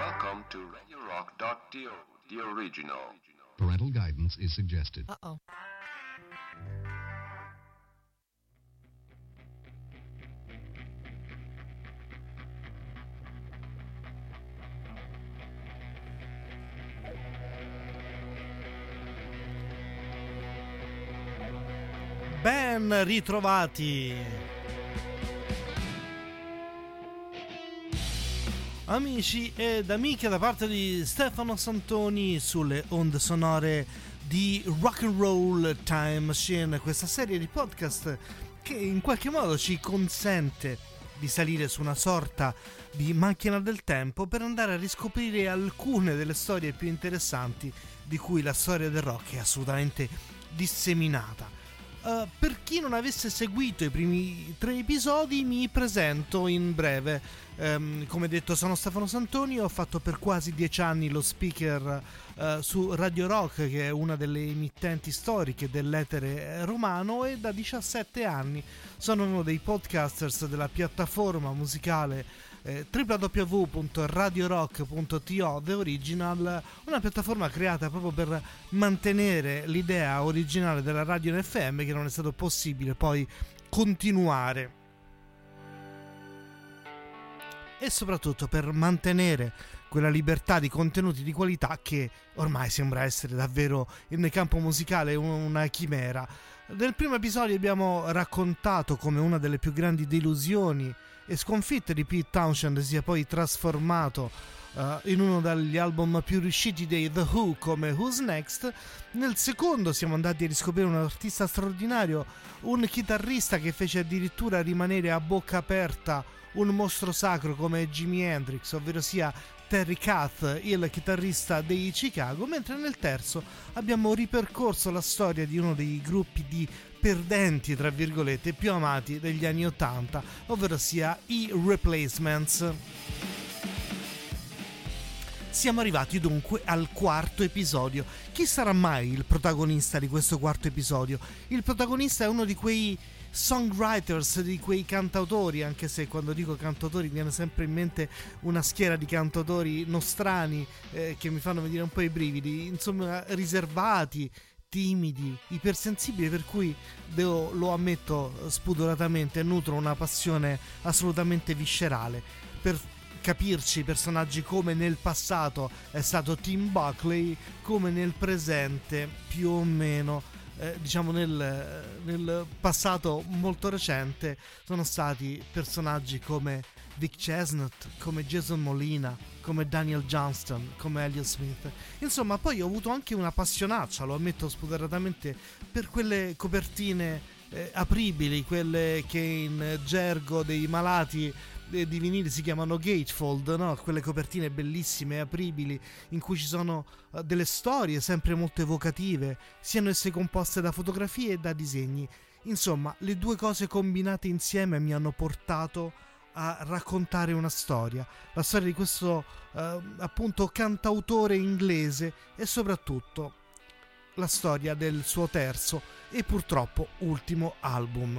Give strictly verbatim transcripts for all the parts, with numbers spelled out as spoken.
Welcome to radio rock dot t o, the original. Parental guidance is suggested. Uh-oh. Ben ritrovati, amici ed amiche, da parte di Stefano Santoni sulle onde sonore di Rock and Roll Time Machine, questa serie di podcast che in qualche modo ci consente di salire su una sorta di macchina del tempo per andare a riscoprire alcune delle storie più interessanti di cui la storia del rock è assolutamente disseminata. Uh, per chi non avesse seguito i primi tre episodi, mi presento in breve. Um, come detto, sono Stefano Santoni, ho fatto per quasi dieci anni lo speaker uh, su Radio Rock, che è una delle emittenti storiche dell'etere romano, e da diciassette anni sono uno dei podcasters della piattaforma musicale eh, w w w punto radio rock punto t o The Original, una piattaforma creata proprio per mantenere l'idea originale della radio in F M, che non è stato possibile poi continuare, e soprattutto per mantenere quella libertà di contenuti di qualità che ormai sembra essere davvero nel campo musicale una chimera. Nel primo episodio abbiamo raccontato come una delle più grandi delusioni e sconfitte di Pete Townshend sia poi trasformato uh, in uno degli album più riusciti dei The Who, come Who's Next. Nel secondo siamo andati a riscoprire un artista straordinario, un chitarrista che fece addirittura rimanere a bocca aperta un mostro sacro come Jimi Hendrix, ovvero sia Terry Kath, il chitarrista dei Chicago, mentre nel terzo abbiamo ripercorso la storia di uno dei gruppi di perdenti, tra virgolette, più amati degli anni ottanta, ovvero sia i Replacements. Siamo arrivati dunque al quarto episodio. Chi sarà mai il protagonista di questo quarto episodio? Il protagonista è uno di quei songwriters, di quei cantautori, anche se quando dico cantautori viene sempre in mente una schiera di cantautori nostrani eh, che mi fanno venire un po' i brividi, insomma riservati, timidi, ipersensibili, per cui devo, lo ammetto spudoratamente, nutro una passione assolutamente viscerale per capirci personaggi come nel passato è stato Tim Buckley, come nel presente più o meno eh, diciamo nel, nel passato molto recente sono stati personaggi come Vic Chestnut, come Jason Molina, come Daniel Johnston, come Elliott Smith. Insomma, poi ho avuto anche una passionaccia, lo ammetto spudoratamente, per quelle copertine eh, apribili, quelle che in gergo dei malati eh, di vinili si chiamano gatefold, no? Quelle copertine bellissime, apribili, in cui ci sono uh, delle storie sempre molto evocative, siano esse composte da fotografie e da disegni. Insomma, le due cose combinate insieme mi hanno portato a raccontare una storia, la storia di questo eh, appunto cantautore inglese, e soprattutto la storia del suo terzo e purtroppo ultimo album.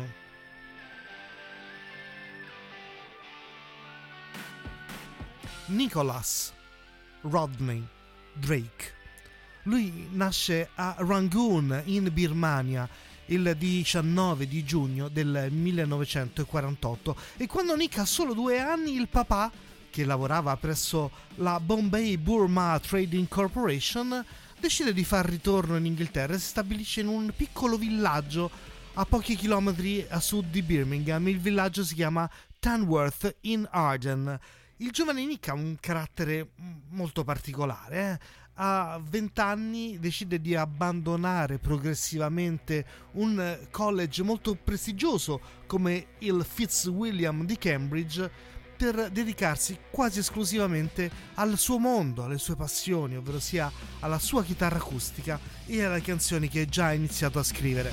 Nicholas Rodney Drake. Lui nasce a Rangoon in Birmania il diciannove di giugno del millenovecentoquarantotto, e quando Nick ha solo due anni il papà, che lavorava presso la Bombay Burma Trading Corporation, decide di far ritorno in Inghilterra e si stabilisce in un piccolo villaggio a pochi chilometri a sud di Birmingham. Il villaggio si chiama Tamworth in Arden. Il giovane Nick ha un carattere molto particolare, eh? A vent'anni decide di abbandonare progressivamente un college molto prestigioso come il Fitzwilliam di Cambridge per dedicarsi quasi esclusivamente al suo mondo, alle sue passioni, ovvero sia alla sua chitarra acustica e alle canzoni che già ha iniziato a scrivere.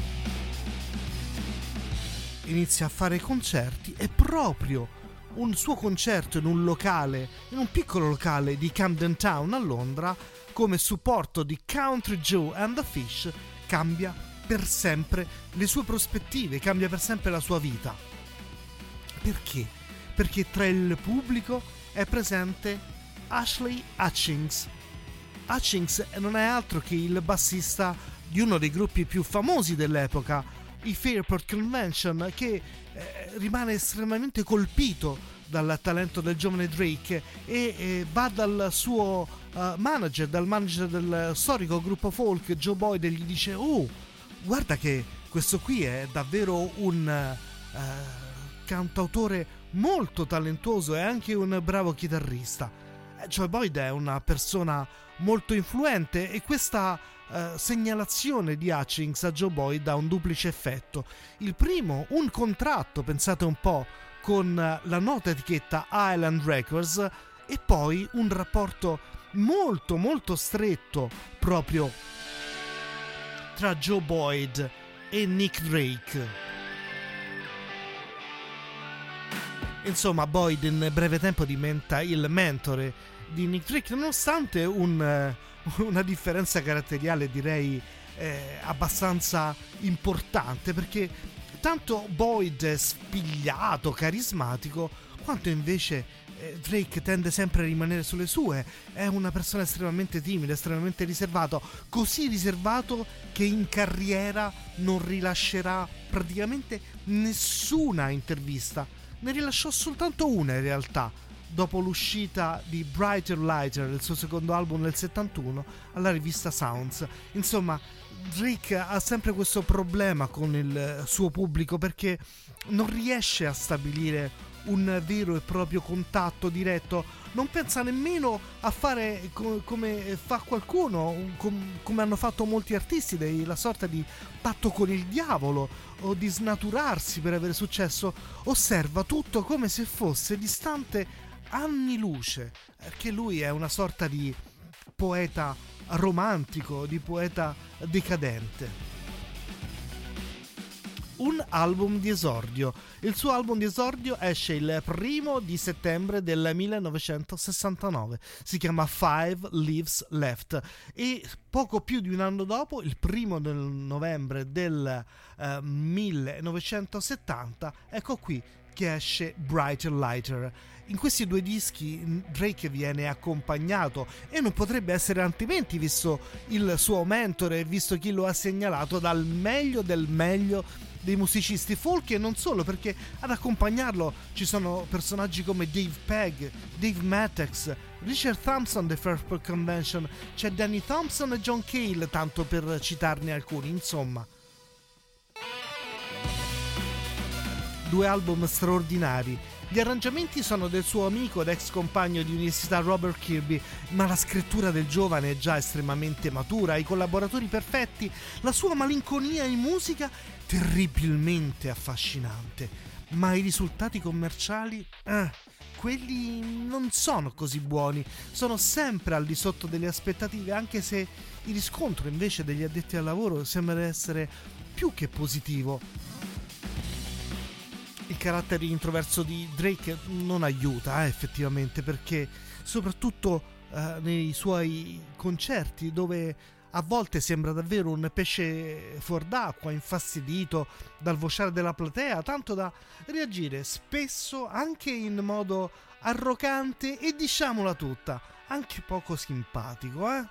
Inizia a fare concerti e proprio un suo concerto in un locale, in un piccolo locale di Camden Town a Londra, come supporto di Country Joe and the Fish, cambia per sempre le sue prospettive, cambia per sempre la sua vita. Perché? Perché tra il pubblico è presente Ashley Hutchings. Hutchings non è altro che il bassista di uno dei gruppi più famosi dell'epoca, i Fairport Convention, che eh, rimane estremamente colpito dal talento del giovane Drake e eh, va dal suo uh, manager, dal manager del storico gruppo folk Joe Boyd, e gli dice: oh, guarda che questo qui è davvero un uh, cantautore molto talentuoso e anche un bravo chitarrista. Joe Boyd è una persona molto influente e questa uh, segnalazione di Hutchings a Joe Boyd ha un duplice effetto. Il primo, un contratto, pensate un po', con la nota etichetta Island Records, e poi un rapporto molto molto stretto proprio tra Joe Boyd e Nick Drake. Insomma, Boyd in breve tempo diventa il mentore di Nick Drake, nonostante un, una differenza caratteriale direi eh, abbastanza importante, perché tanto Boyd è spigliato, carismatico, quanto invece eh, Drake tende sempre a rimanere sulle sue. È una persona estremamente timida, estremamente riservato, così riservato che in carriera non rilascerà praticamente nessuna intervista. Ne rilasciò soltanto una in realtà, dopo l'uscita di Brighter Lighter, il suo secondo album nel settantuno, alla rivista Sounds. Insomma, Drake ha sempre questo problema con il suo pubblico, perché non riesce a stabilire un vero e proprio contatto diretto, non pensa nemmeno a fare co- come fa qualcuno, com- come hanno fatto molti artisti, della sorta di patto con il diavolo o di snaturarsi per avere successo. Osserva tutto come se fosse distante anni luce, perché lui è una sorta di poeta romantico, di poeta decadente. Un album di esordio. Il suo album di esordio esce il primo di settembre del millenovecentosessantanove. Si chiama Five Leaves Left, e poco più di un anno dopo, il primo del novembre del eh, millenovecentosettanta, ecco qui che esce Brighter Lighter. In questi due dischi Drake viene accompagnato, e non potrebbe essere altrimenti visto il suo mentore e visto chi lo ha segnalato, dal meglio del meglio dei musicisti folk, e non solo, perché ad accompagnarlo ci sono personaggi come Dave Pegg, Dave Matthews, Richard Thompson The Fairport Convention, c'è Danny Thompson e John Cale, tanto per citarne alcuni. Insomma, due album straordinari. Gli arrangiamenti sono del suo amico ed ex compagno di università Robert Kirby, ma la scrittura del giovane è già estremamente matura, i collaboratori perfetti, la sua malinconia in musica terribilmente affascinante. Ma i risultati commerciali, eh, quelli non sono così buoni, sono sempre al di sotto delle aspettative, anche se il riscontro invece degli addetti al lavoro sembra essere più che positivo. Il carattere introverso di Drake non aiuta eh, effettivamente, perché soprattutto eh, nei suoi concerti, dove a volte sembra davvero un pesce fuor d'acqua, infastidito dal vociare della platea, tanto da reagire spesso anche in modo arrogante e, diciamola tutta, anche poco simpatico, eh?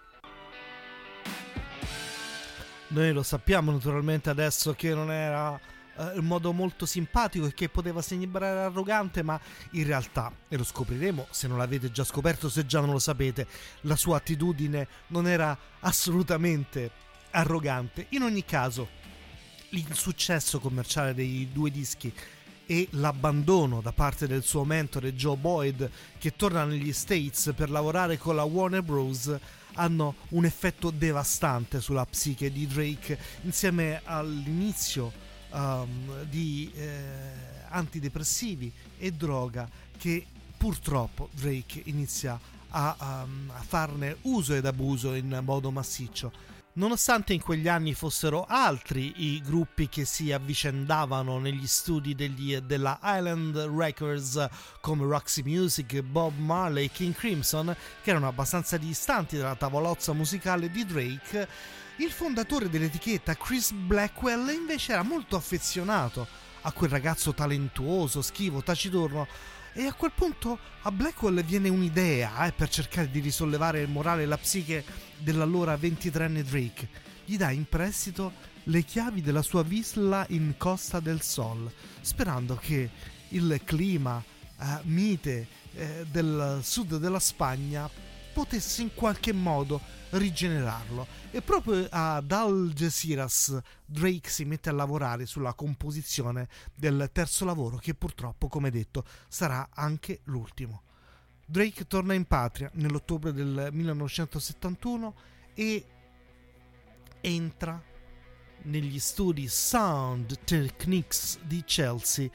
Noi lo sappiamo naturalmente adesso che non era Uh, in modo molto simpatico e che poteva sembrare arrogante, ma in realtà, e lo scopriremo se non l'avete già scoperto, se già non lo sapete, la sua attitudine non era assolutamente arrogante. In ogni caso, l'insuccesso commerciale dei due dischi e l'abbandono da parte del suo mentore Joe Boyd, che torna negli States per lavorare con la Warner Bros., hanno un effetto devastante sulla psiche di Drake, insieme all'inizio Um, di eh, antidepressivi e droga, che purtroppo Drake inizia a, um, a farne uso ed abuso in modo massiccio. Nonostante in quegli anni fossero altri i gruppi che si avvicendavano negli studi degli, della Island Records, come Roxy Music, Bob Marley, King Crimson, che erano abbastanza distanti dalla tavolozza musicale di Drake, il fondatore dell'etichetta, Chris Blackwell, invece era molto affezionato a quel ragazzo talentuoso, schivo, taciturno, E a quel punto a Blackwell viene un'idea eh, per cercare di risollevare il morale e la psiche dell'allora ventitreenne Drake. Gli dà in prestito le chiavi della sua villa in Costa del Sol, sperando che il clima eh, mite eh, del sud della Spagna potesse in qualche modo rigenerarlo. E proprio ad Algeciras Drake si mette a lavorare sulla composizione del terzo lavoro, che purtroppo, come detto, sarà anche l'ultimo. Drake torna in patria nell'ottobre del millenovecentosettantuno e entra negli studi Sound Techniques di Chelsea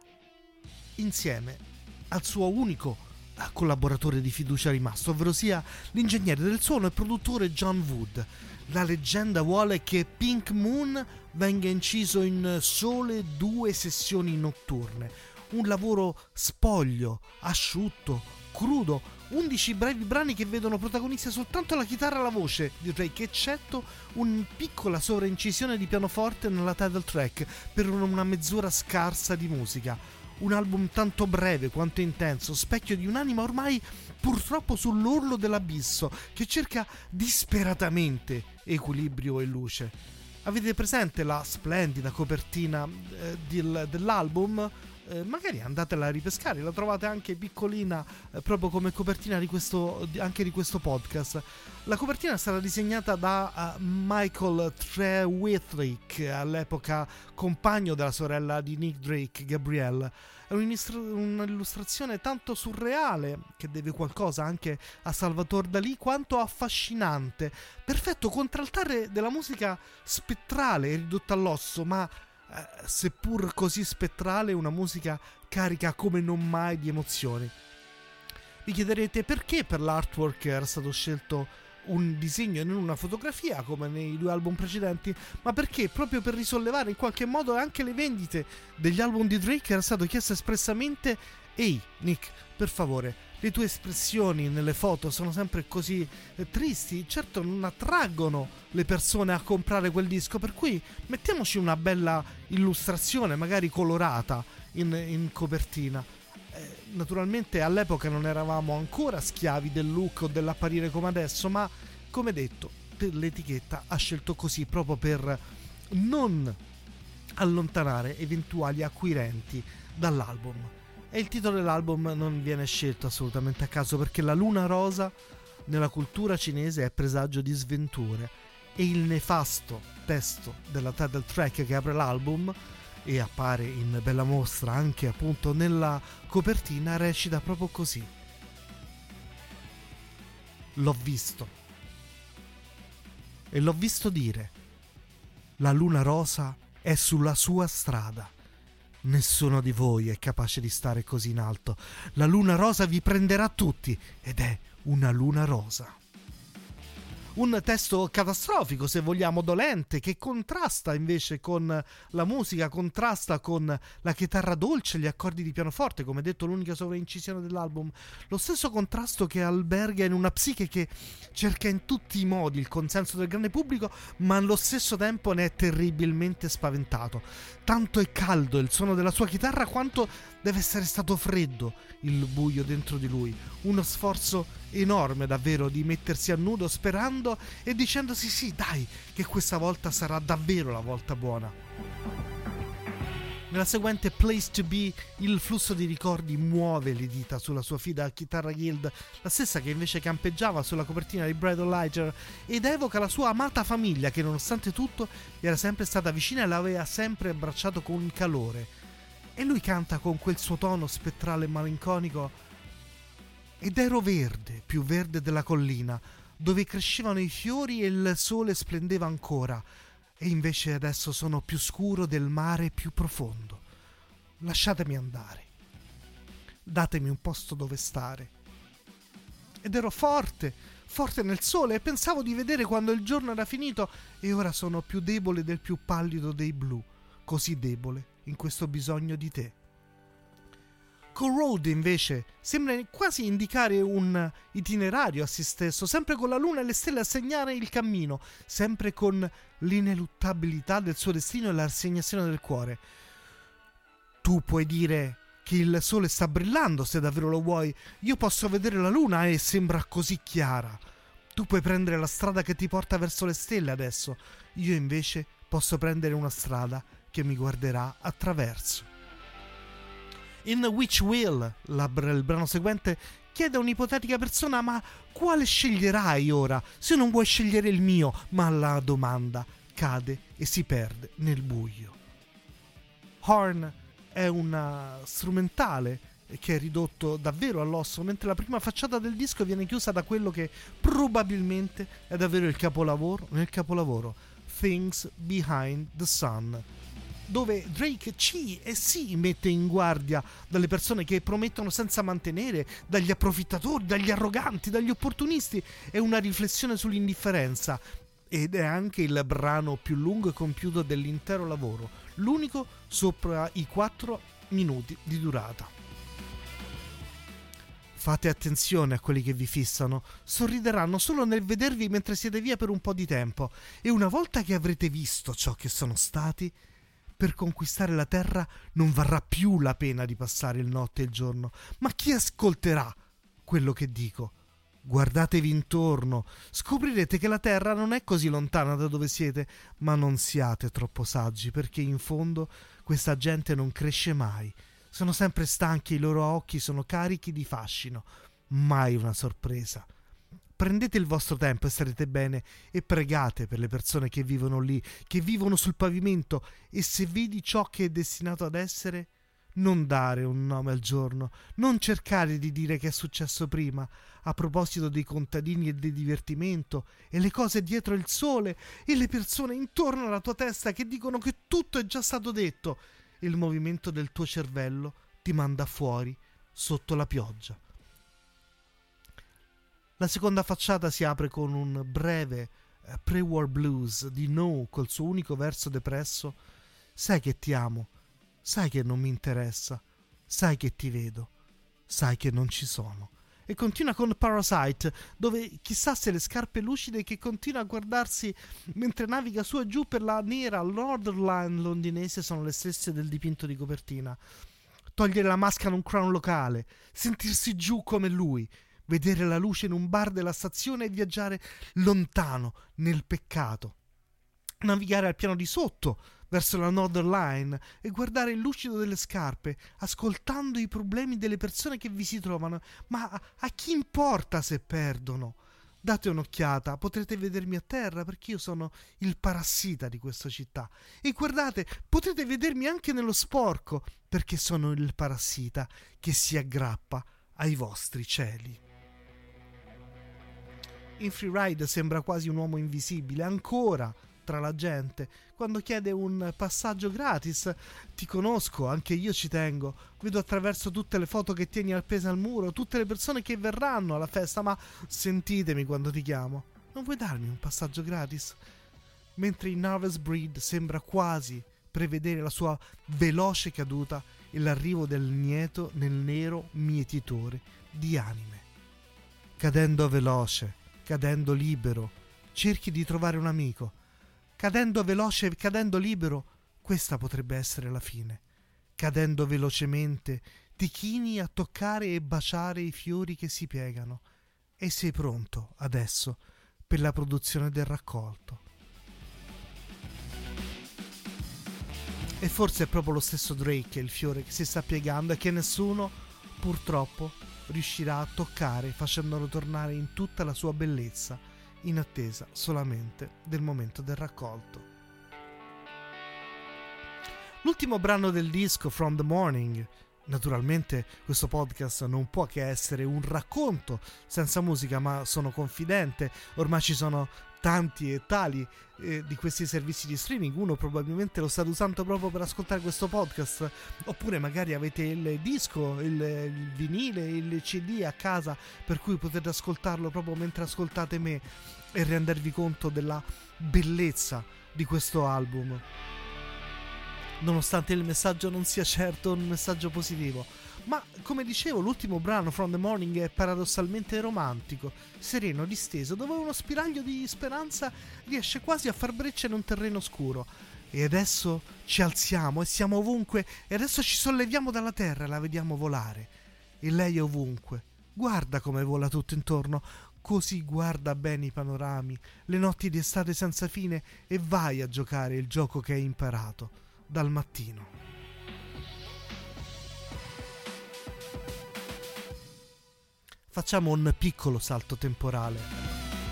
insieme al suo unico collaboratore di fiducia rimasto, ovvero sia l'ingegnere del suono e produttore John Wood. La leggenda vuole che Pink Moon venga inciso in sole due sessioni notturne, un lavoro spoglio, asciutto, crudo, undici brevi brani che vedono protagoniste soltanto la chitarra e la voce di Drake, eccetto una piccola sovraincisione di pianoforte nella title track per una mezz'ora scarsa di musica. Un album tanto breve quanto intenso, specchio di un'anima ormai purtroppo sull'orlo dell'abisso, che cerca disperatamente equilibrio e luce. Avete presente la splendida copertina eh, del, dell'album? Eh, magari andatela a ripescare, la trovate anche piccolina eh, proprio come copertina di questo, anche di questo podcast. La copertina è stata disegnata da uh, Michael Trewithrick, all'epoca compagno della sorella di Nick Drake, Gabrielle. È un'illustrazione tanto surreale, che deve qualcosa anche a Salvatore Dalì, quanto affascinante. Perfetto contraltare della musica spettrale ridotta all'osso, ma eh, seppur così spettrale, una musica carica come non mai di emozioni. Vi chiederete perché per l'artwork era stato scelto un disegno e non una fotografia come nei due album precedenti, ma perché proprio per risollevare in qualche modo anche le vendite degli album di Drake era stato chiesto espressamente: ehi Nick, per favore, le tue espressioni nelle foto sono sempre così eh, tristi, certo non attraggono le persone a comprare quel disco, per cui mettiamoci una bella illustrazione magari colorata in, in copertina. Eh, naturalmente all'epoca non eravamo ancora schiavi del look o dell'apparire come adesso, ma come detto l'etichetta ha scelto così proprio per non allontanare eventuali acquirenti dall'album. E il titolo dell'album non viene scelto assolutamente a caso, perché la luna rosa nella cultura cinese è presagio di sventure, e il nefasto testo della title track che apre l'album e appare in bella mostra anche appunto nella copertina recita proprio così: l'ho visto e l'ho visto dire, la luna rosa è sulla sua strada, nessuno di voi è capace di stare così in alto, la luna rosa vi prenderà tutti ed è una luna rosa. Un testo catastrofico, se vogliamo, dolente, che contrasta invece con la musica, contrasta con la chitarra dolce, gli accordi di pianoforte, come detto l'unica sovraincisione dell'album, lo stesso contrasto che alberga in una psiche che cerca in tutti i modi il consenso del grande pubblico, ma allo stesso tempo ne è terribilmente spaventato. Tanto è caldo il suono della sua chitarra quanto deve essere stato freddo il buio dentro di lui. Uno sforzo enorme davvero di mettersi a nudo, sperando e dicendosi sì dai, che questa volta sarà davvero la volta buona. Nella seguente Place to Be il flusso di ricordi muove le dita sulla sua fida chitarra Guild, la stessa che invece campeggiava sulla copertina di Brad Liger, ed evoca la sua amata famiglia che nonostante tutto gli era sempre stata vicina e l'aveva sempre abbracciato con calore. E lui canta con quel suo tono spettrale e malinconico: ed ero verde, più verde della collina, dove crescevano i fiori e il sole splendeva ancora, e invece adesso sono più scuro del mare più profondo. Lasciatemi andare, datemi un posto dove stare. Ed ero forte, forte nel sole, e pensavo di vedere quando il giorno era finito, e ora sono più debole del più pallido dei blu, così debole in questo bisogno di te. Corrode invece sembra quasi indicare un itinerario a se stesso, sempre con la luna e le stelle a segnare il cammino, sempre con l'ineluttabilità del suo destino e la rassegnazione del cuore. Tu puoi dire che il sole sta brillando, se davvero lo vuoi. Io posso vedere la luna e sembra così chiara. Tu puoi prendere la strada che ti porta verso le stelle adesso. Io invece posso prendere una strada che mi guarderà attraverso. In Which Will, la, il brano seguente, chiede a un'ipotetica persona: ma quale sceglierai ora se non vuoi scegliere il mio? Ma la domanda cade e si perde nel buio. Horn è una strumentale che è ridotto davvero all'osso, mentre la prima facciata del disco viene chiusa da quello che probabilmente è davvero il capolavoro nel capolavoro Things Behind the Sun, dove Drake ci e si mette in guardia dalle persone che promettono senza mantenere, dagli approfittatori, dagli arroganti, dagli opportunisti. È una riflessione sull'indifferenza ed è anche il brano più lungo e compiuto dell'intero lavoro, l'unico sopra i quattro minuti di durata. Fate attenzione a quelli che vi fissano, sorrideranno solo nel vedervi mentre siete via per un po' di tempo, e una volta che avrete visto ciò che sono stati, per conquistare la terra non varrà più la pena di passare il notte e il giorno. Ma chi ascolterà quello che dico? Guardatevi intorno, scoprirete che la terra non è così lontana da dove siete, ma non siate troppo saggi, perché in fondo questa gente non cresce mai. Sono sempre stanchi, i loro occhi sono carichi di fascino, mai una sorpresa. Prendete il vostro tempo e starete bene, e pregate per le persone che vivono lì, che vivono sul pavimento, e se vedi ciò che è destinato ad essere, non dare un nome al giorno, non cercare di dire che è successo prima, a proposito dei contadini e del divertimento, e le cose dietro il sole, e le persone intorno alla tua testa che dicono che tutto è già stato detto. Il movimento del tuo cervello ti manda fuori sotto la pioggia. La seconda facciata si apre con un breve eh, pre-war blues di No, col suo unico verso depresso: sai che ti amo, sai che non mi interessa, sai che ti vedo, sai che non ci sono. E continua con Parasite, dove chissà se le scarpe lucide che continua a guardarsi mentre naviga su e giù per la nera Northern Line londinese sono le stesse del dipinto di copertina. Togliere la maschera a un clown locale, sentirsi giù come lui, vedere la luce in un bar della stazione e viaggiare lontano nel peccato. Navigare al piano di sotto, verso la Northern Line, e guardare il lucido delle scarpe, ascoltando i problemi delle persone che vi si trovano. Ma a, a chi importa se perdono? Date un'occhiata, potrete vedermi a terra perché io sono il parassita di questa città. E guardate, potrete vedermi anche nello sporco perché sono il parassita che si aggrappa ai vostri cieli. In Freeride sembra quasi un uomo invisibile, ancora tra la gente, quando chiede un passaggio gratis. Ti conosco, anche io ci tengo, vedo attraverso tutte le foto che tieni appese al muro, tutte le persone che verranno alla festa, ma sentitemi quando ti chiamo, non vuoi darmi un passaggio gratis? Mentre in Nervous Breed sembra quasi prevedere la sua veloce caduta e l'arrivo del nieto nel nero mietitore di anime. Cadendo veloce, cadendo libero, cerchi di trovare un amico. Cadendo veloce e cadendo libero, questa potrebbe essere la fine. Cadendo velocemente, ti chini a toccare e baciare i fiori che si piegano, e sei pronto, adesso, per la produzione del raccolto. E forse è proprio lo stesso Drake il fiore che si sta piegando e che nessuno, purtroppo, riuscirà a toccare, facendolo tornare in tutta la sua bellezza, in attesa solamente del momento del raccolto. L'ultimo brano del disco, From the Morning. Naturalmente questo podcast non può che essere un racconto senza musica, ma sono confidente, ormai ci sono tanti e tali eh, di questi servizi di streaming. Uno probabilmente lo state usando proprio per ascoltare questo podcast, oppure magari avete il disco, il, il vinile, il C D a casa, per cui potete ascoltarlo proprio mentre ascoltate me e rendervi conto della bellezza di questo album, nonostante il messaggio non sia certo un messaggio positivo. Ma come dicevo, l'ultimo brano, From the Morning, è paradossalmente romantico, sereno, disteso, dove uno spiraglio di speranza riesce quasi a far breccia in un terreno scuro. E adesso ci alziamo e siamo ovunque, e adesso ci solleviamo dalla terra e la vediamo volare. E lei è ovunque. Guarda come vola tutto intorno, così guarda bene i panorami, le notti di estate senza fine, e vai a giocare il gioco che hai imparato dal mattino. Facciamo un piccolo salto temporale.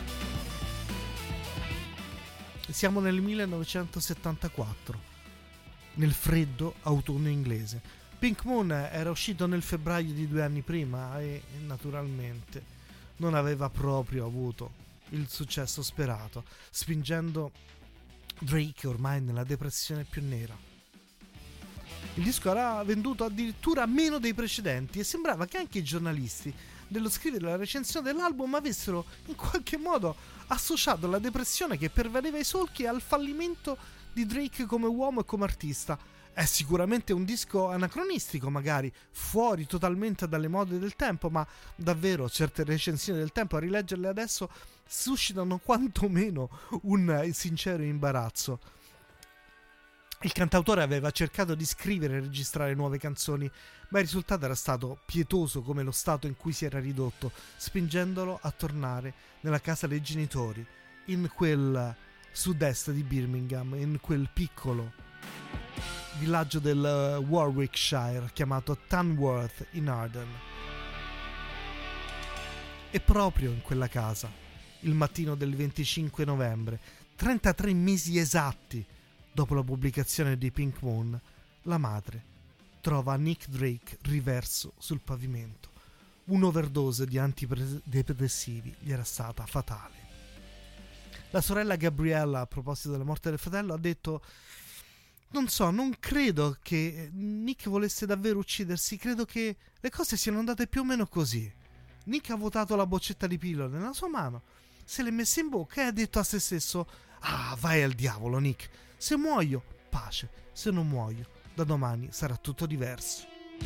Siamo nel millenovecentosettantaquattro, nel freddo autunno inglese. Pink Moon era uscito nel febbraio di due anni prima e naturalmente non aveva proprio avuto il successo sperato, spingendo Drake ormai nella depressione più nera. Il disco era venduto addirittura meno dei precedenti e sembrava che anche i giornalisti dello scrivere la recensione dell'album avessero in qualche modo associato la depressione che pervadeva i solchi al fallimento di Drake come uomo e come artista. È sicuramente un disco anacronistico, magari fuori totalmente dalle mode del tempo, ma davvero certe recensioni del tempo, a rileggerle adesso, suscitano quantomeno un sincero imbarazzo. Il cantautore aveva cercato di scrivere e registrare nuove canzoni, ma il risultato era stato pietoso come lo stato in cui si era ridotto, spingendolo a tornare nella casa dei genitori, in quel sud-est di Birmingham, in quel piccolo villaggio del Warwickshire chiamato Tamworth in Arden. E proprio in quella casa, il mattino del venticinque novembre, trentatré mesi esatti dopo la pubblicazione di Pink Moon, la madre trova Nick Drake riverso sul pavimento. Un'overdose di antidepressivi gli era stata fatale. La sorella Gabriella, a proposito della morte del fratello, ha detto: non so, non credo che Nick volesse davvero uccidersi, credo che le cose siano andate più o meno così. Nick ha vuotato la boccetta di pillole nella sua mano, se l'è messa in bocca e ha detto a se stesso: ah, vai al diavolo Nick, se muoio, pace, se non muoio, da domani sarà tutto diverso.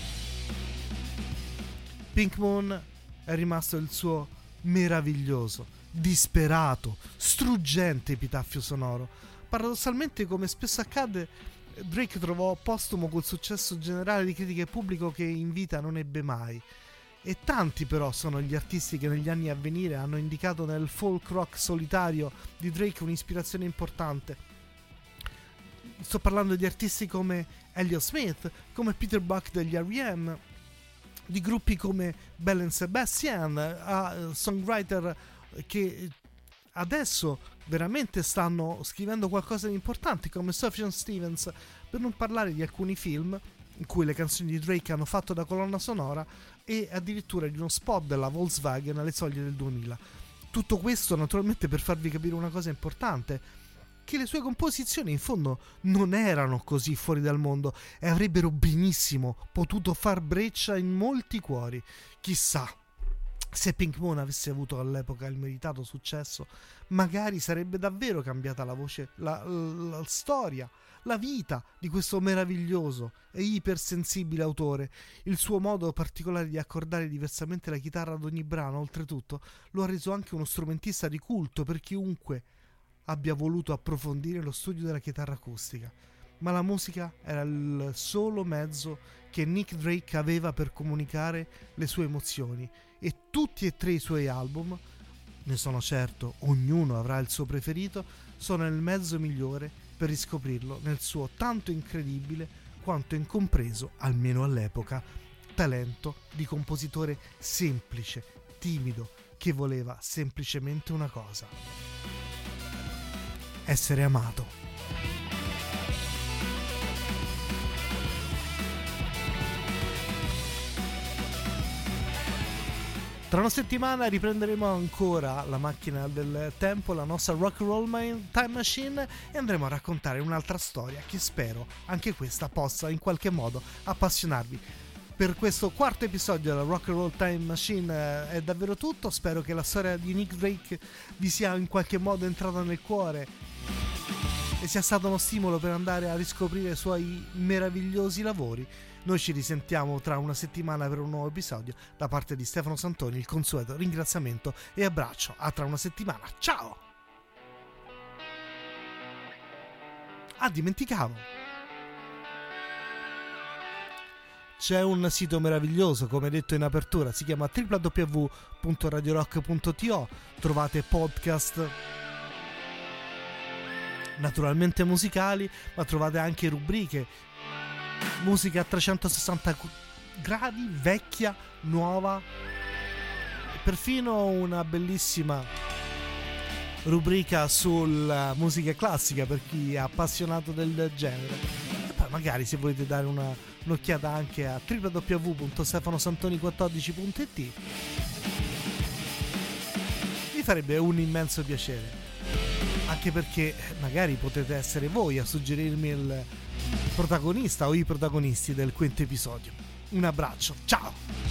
Pink Moon è rimasto il suo meraviglioso, disperato, struggente epitaffio sonoro. Paradossalmente, come spesso accade, Drake trovò postumo quel successo generale di critica e pubblico che in vita non ebbe mai. E tanti però sono gli artisti che negli anni a venire hanno indicato nel folk rock solitario di Drake un'ispirazione importante. Sto parlando di artisti come Elliott Smith, come Peter Buck degli R E M, di gruppi come Bell and Sebastian, a songwriter che adesso veramente stanno scrivendo qualcosa di importante come Sufjan Stevens, per non parlare di alcuni film in cui le canzoni di Drake hanno fatto da colonna sonora, e addirittura di uno spot della Volkswagen alle soglie del duemila. Tutto questo naturalmente per farvi capire una cosa importante, che le sue composizioni in fondo non erano così fuori dal mondo e avrebbero benissimo potuto far breccia in molti cuori. Chissà, se Pink Moon avesse avuto all'epoca il meritato successo, magari sarebbe davvero cambiata la voce, la, la, la storia, la vita di questo meraviglioso e ipersensibile autore. Il suo modo particolare di accordare diversamente la chitarra ad ogni brano, oltretutto, lo ha reso anche uno strumentista di culto per chiunque abbia voluto approfondire lo studio della chitarra acustica. Ma la musica era il solo mezzo che Nick Drake aveva per comunicare le sue emozioni, e tutti e tre i suoi album, ne sono certo, ognuno avrà il suo preferito, sono il mezzo migliore per riscoprirlo nel suo tanto incredibile quanto incompreso, almeno all'epoca, talento di compositore semplice, timido, che voleva semplicemente una cosa: essere amato. Tra una settimana riprenderemo ancora la macchina del tempo, la nostra Rock and Roll Time Machine, e andremo a raccontare un'altra storia che spero anche questa possa in qualche modo appassionarvi. Per questo quarto episodio della Rock and Roll Time Machine è davvero tutto. Spero che la storia di Nick Drake vi sia in qualche modo entrata nel cuore e sia stato uno stimolo per andare a riscoprire i suoi meravigliosi lavori. Noi ci risentiamo tra una settimana per un nuovo episodio. Da parte di Stefano Santoni il consueto ringraziamento e abbraccio. A tra una settimana. Ciao! Ah, dimenticavo. C'è un sito meraviglioso, come detto in apertura, si chiama w w w punto radio rock punto t o. Trovate podcast naturalmente musicali, ma trovate anche rubriche, musica a trecentosessanta gradi, vecchia, nuova, e perfino una bellissima rubrica sulla musica classica per chi è appassionato del genere. E poi magari, se volete dare una, un'occhiata anche a w w w punto stefano santoni quattordici punto i t, mi farebbe un immenso piacere, anche perché magari potete essere voi a suggerirmi il protagonista o i protagonisti del quinto episodio. Un abbraccio, ciao!